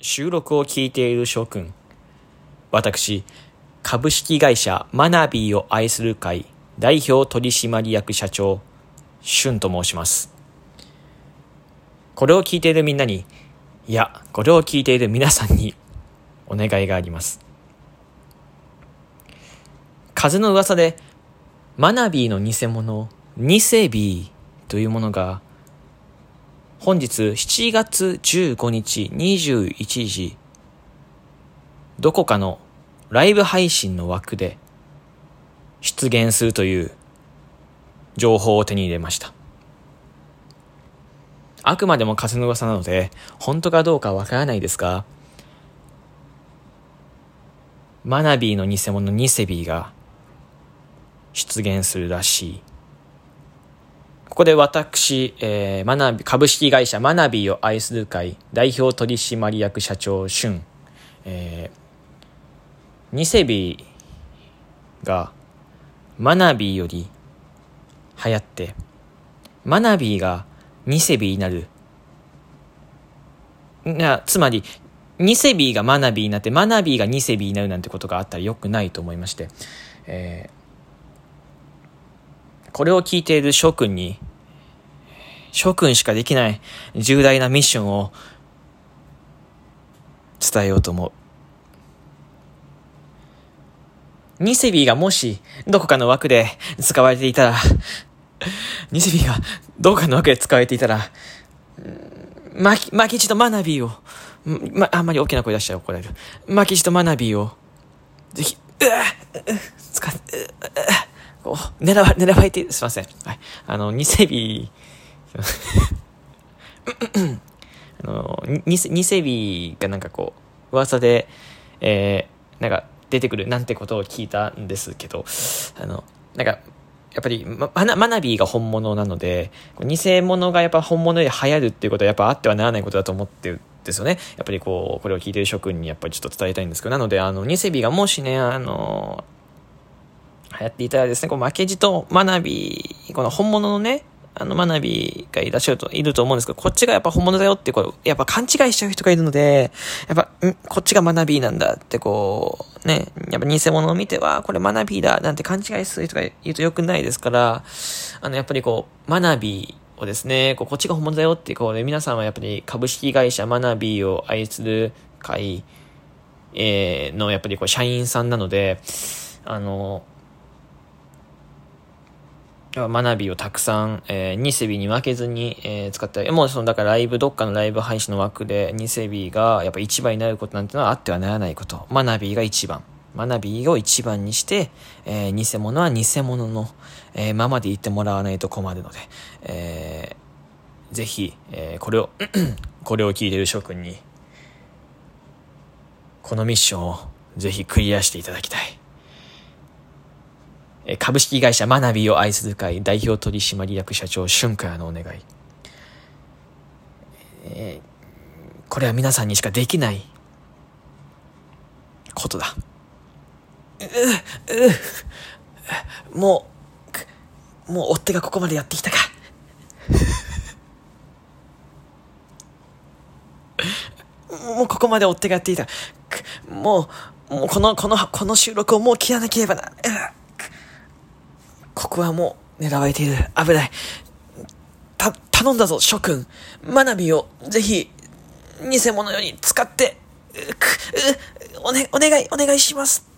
収録を聞いている諸君、私、株式会社マナビーを愛する会代表取締役社長、シュンと申します。これを聞いているみんなに、いや、これを聞いている皆さんにお願いがあります。風の噂で、マナビーの偽物、ニセビーというものが、本日7月15日21時、どこかのライブ配信の枠で出現するという情報を手に入れました。あくまでも風の噂なので、本当かどうかわからないですが、マナビーの偽物ニセビーが出現するらしい。ここで私、株式会社マナビーを愛する会代表取締役社長シュン、ニセビーがマナビーより流行って、マナビーがニセビーになる。つまり、ニセビーがマナビーになって、マナビーがニセビーになるなんてことがあったら良くないと思いまして、これを聞いている諸君に、諸君しかできない重大なミッションを伝えようと思う。ニセビーがもしどこかの枠で使われていたら、マキチとマナビーを、あんまり大きな声出しちゃ怒られる。マキチとマナビーを、ぜひ、使って、狙われて、すいません。はい。ニセビー、ニセビーがなんかこう、噂で、なんか出てくるなんてことを聞いたんですけど、なんか、やっぱり、マナビーが本物なので、偽物がやっぱ本物より流行るっていうことはやっぱあってはならないことだと思ってるんですよね。やっぱりこれを聞いている諸君にやっぱりちょっと伝えたいんですけど、なので、ニセビーがもしね、流行っていたらですね、負けじとマナビー、この本物のね、マナビーがいると思うんですけど、こっちがやっぱ本物だよってやっぱ勘違いしちゃう人がいるので、やっぱ、こっちがマナビーなんだってね、やっぱ偽物を見ては、これマナビーだなんて勘違いする人がいると良くないですから、やっぱりマナビーをですね、こっちが本物だよって皆さんはやっぱり株式会社マナビーを愛する会、のやっぱり社員さんなので、マナビーをたくさん、ニセビーに負けずに、使って、もうだからどっかのライブ配信の枠でニセビーがやっぱ一番になることなんてのはあってはならないこと。マナビーを一番にして、偽物は偽物の、ままで言ってもらわないと困るので、ぜひ、これを聞いている諸君に、このミッションをぜひクリアしていただきたい。株式会社マナビーを愛する会代表取締役社長シュンからのお願い。これは皆さんにしかできないことだ。もう追っ手がここまでやってきたか。もうここまで追っ手がやっていた。もうこの収録をもう切らなければな。ここはもう狙われている。危ない。頼んだぞ、諸君。マナビーをぜひ偽物より使って、お願いします。